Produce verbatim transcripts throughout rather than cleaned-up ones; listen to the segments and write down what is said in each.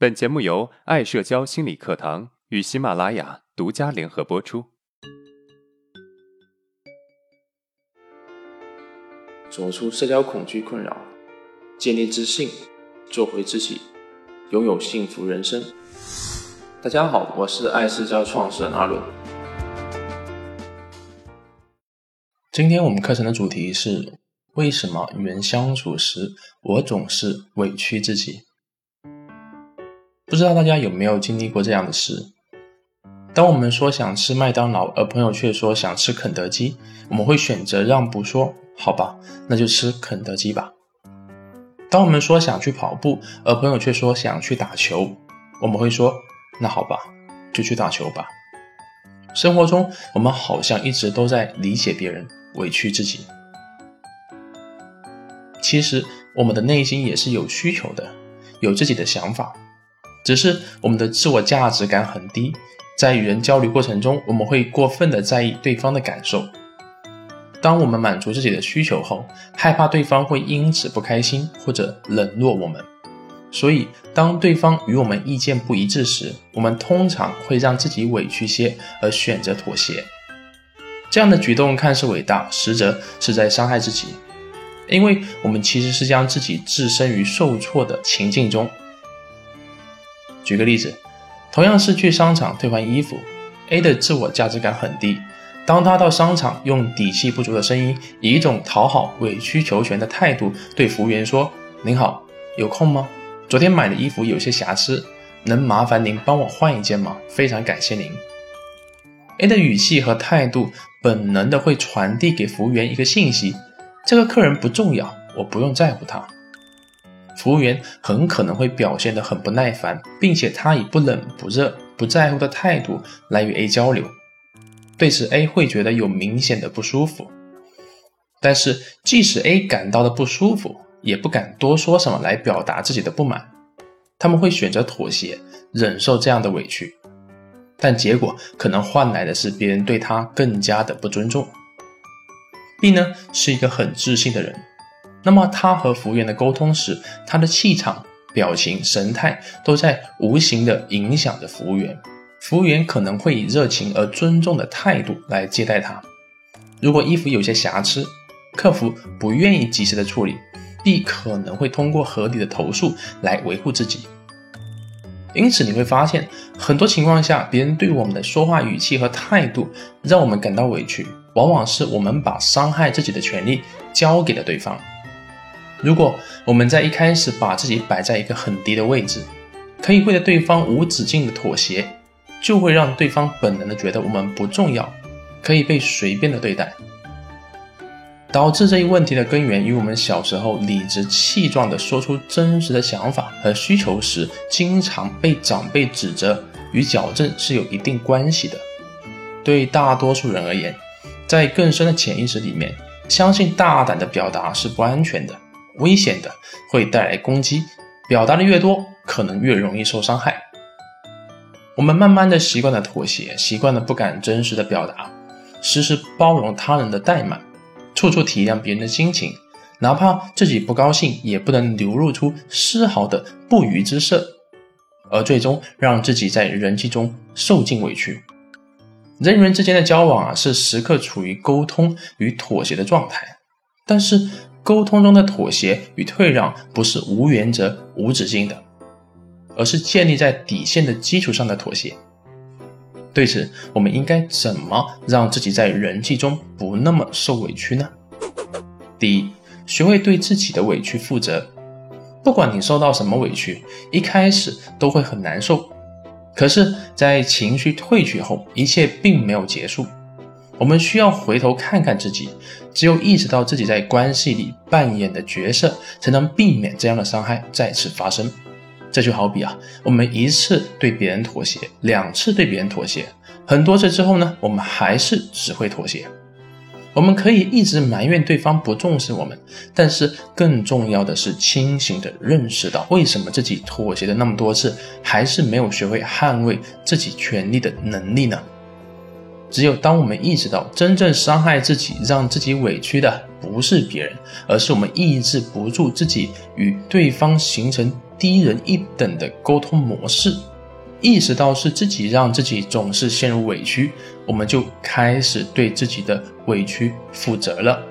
本节目由爱社交心理课堂与喜马拉雅独家联合播出。 走出社交恐惧困扰，建立自信，做回自己，拥有幸福人生。大家好，我是爱社交创始人阿伦。今天我们课程的主题是：为什么与人相处时，我总是委屈自己？不知道大家有没有经历过这样的事？当我们说想吃麦当劳，而朋友却说想吃肯德基，我们会选择让步，说好吧，那就吃肯德基吧。当我们说想去跑步，而朋友却说想去打球，我们会说那好吧，就去打球吧。生活中我们好像一直都在理解别人，委屈自己。其实我们的内心也是有需求的，有自己的想法，只是我们的自我价值感很低，在与人交流过程中，我们会过分的在意对方的感受。当我们满足自己的需求后，害怕对方会因此不开心或者冷落我们，所以当对方与我们意见不一致时，我们通常会让自己委屈些而选择妥协。这样的举动看似伟大，实则是在伤害自己，因为我们其实是将自己置身于受挫的情境中。举个例子，同样是去商场退换衣服， A 的自我价值感很低，当他到商场用底气不足的声音，以一种讨好委曲求全的态度对服务员说，您好，有空吗？昨天买的衣服有些瑕疵，能麻烦您帮我换一件吗？非常感谢您。 A 的语气和态度本能的会传递给服务员一个信息，这个客人不重要，我不用在乎他。服务员很可能会表现得很不耐烦，并且他以不冷不热不在乎的态度来与 A 交流，对此 A 会觉得有明显的不舒服。但是即使 A 感到的不舒服，也不敢多说什么来表达自己的不满，他们会选择妥协，忍受这样的委屈，但结果可能换来的是别人对他更加的不尊重。 B 呢，是一个很自信的人，那么他和服务员的沟通时，他的气场、表情、神态都在无形地影响着服务员。服务员可能会以热情而尊重的态度来接待他。如果衣服有些瑕疵，客服不愿意及时的处理， B 可能会通过合理的投诉来维护自己。因此你会发现，很多情况下，别人对我们的说话语气和态度让我们感到委屈，往往是我们把伤害自己的权利交给了对方。如果我们在一开始把自己摆在一个很低的位置，可以为了对方无止境的妥协，就会让对方本能的觉得我们不重要，可以被随便的对待。导致这一问题的根源与我们小时候理直气壮地说出真实的想法和需求时，经常被长辈指责与矫正是有一定关系的。对大多数人而言，在更深的潜意识里面，相信大胆的表达是不安全的、危险的，会带来攻击，表达的越多，可能越容易受伤害。我们慢慢的习惯了妥协，习惯了不敢真实的表达，时时包容他人的怠慢，处处体谅别人的心情，哪怕自己不高兴，也不能流露出丝毫的不愉之色，而最终让自己在人际中受尽委屈。人与人之间的交往啊，是时刻处于沟通与妥协的状态，但是沟通中的妥协与退让不是无原则无止境的，而是建立在底线的基础上的妥协。对此，我们应该怎么让自己在人际中不那么受委屈呢？第一，学会对自己的委屈负责。不管你受到什么委屈，一开始都会很难受，可是在情绪退去后，一切并没有结束。我们需要回头看看自己，只有意识到自己在关系里扮演的角色，才能避免这样的伤害再次发生。这就好比啊，我们一次对别人妥协，两次对别人妥协，很多次之后呢，我们还是只会妥协。我们可以一直埋怨对方不重视我们，但是更重要的是清醒地认识到，为什么自己妥协了那么多次，还是没有学会捍卫自己权利的能力呢？只有当我们意识到，真正伤害自己、让自己委屈的不是别人，而是我们抑制不住自己与对方形成低人一等的沟通模式，意识到是自己让自己总是陷入委屈，我们就开始对自己的委屈负责了。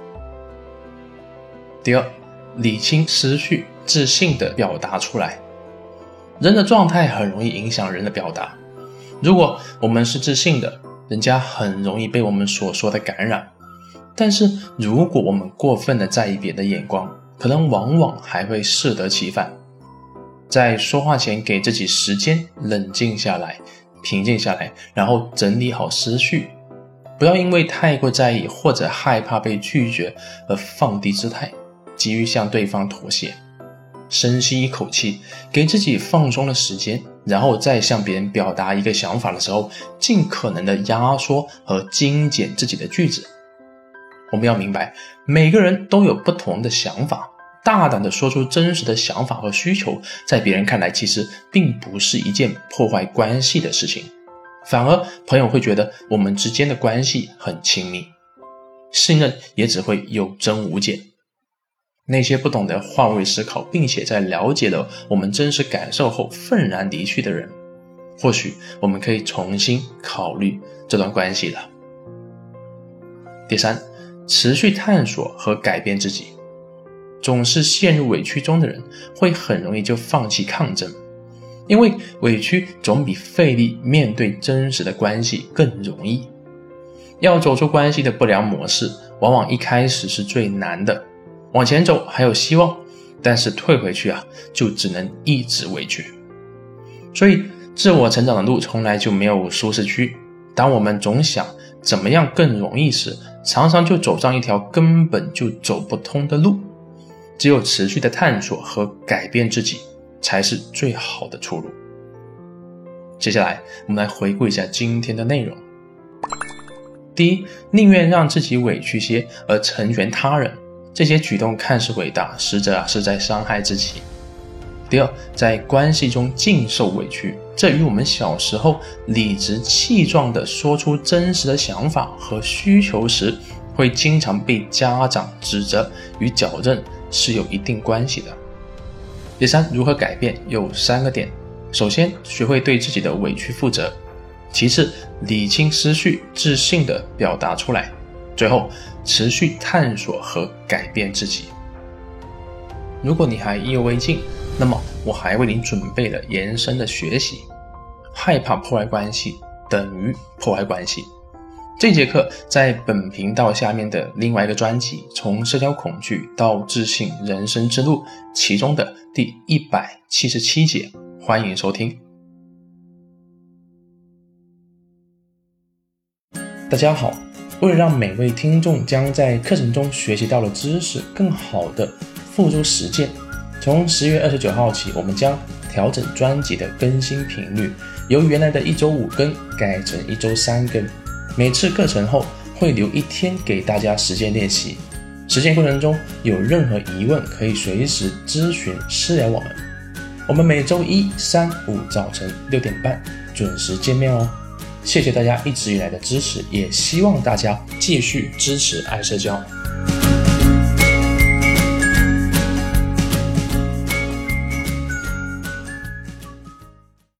第二，理清思绪，自信地表达出来。人的状态很容易影响人的表达，如果我们是自信的，人家很容易被我们所说的感染，但是如果我们过分的在意别人的眼光，可能往往还会适得其反。在说话前给自己时间冷静下来，平静下来，然后整理好思绪，不要因为太过在意或者害怕被拒绝而放低姿态，急于向对方妥协。深吸一口气，给自己放松的时间，然后再向别人表达一个想法的时候，尽可能的压缩和精简自己的句子。我们要明白，每个人都有不同的想法，大胆的说出真实的想法和需求，在别人看来其实并不是一件破坏关系的事情，反而朋友会觉得我们之间的关系很亲密，信任也只会有增无减。那些不懂得换位思考，并且在了解了我们真实感受后愤然离去的人，或许我们可以重新考虑这段关系了。第三，持续探索和改变自己。总是陷入委屈中的人，会很容易就放弃抗争，因为委屈总比费力面对真实的关系更容易。要走出关系的不良模式，往往一开始是最难的，往前走还有希望，但是退回去啊，就只能一直委屈。所以自我成长的路从来就没有舒适区，当我们总想怎么样更容易时，常常就走上一条根本就走不通的路。只有持续的探索和改变自己，才是最好的出路。接下来我们来回顾一下今天的内容。第一，宁愿让自己委屈些而成全他人，这些举动看似伟大，实则啊是在伤害自己。第二，在关系中尽受委屈，这与我们小时候理直气壮地说出真实的想法和需求时，会经常被家长指责与矫正是有一定关系的。第三，如何改变有三个点。首先，学会对自己的委屈负责。其次，理清思绪，自信地表达出来。最后，持续探索和改变自己。如果你还意犹未尽，那么我还为你准备了延伸的学习。害怕破坏关系等于破坏关系。这节课在本频道下面的另外一个专辑，从社交恐惧到自信人生之路，其中的第一百七十七节，欢迎收听。大家好，为了让每位听众将在课程中学习到的知识更好的付诸实践，从十月二十九号起，我们将调整专辑的更新频率，由原来的一周五更改成一周三更。每次课程后会留一天给大家实践练习，实践过程中有任何疑问可以随时咨询私聊我们。我们每周一、三、五早晨六点半准时见面哦。谢谢大家一直以来的支持，也希望大家继续支持爱社交。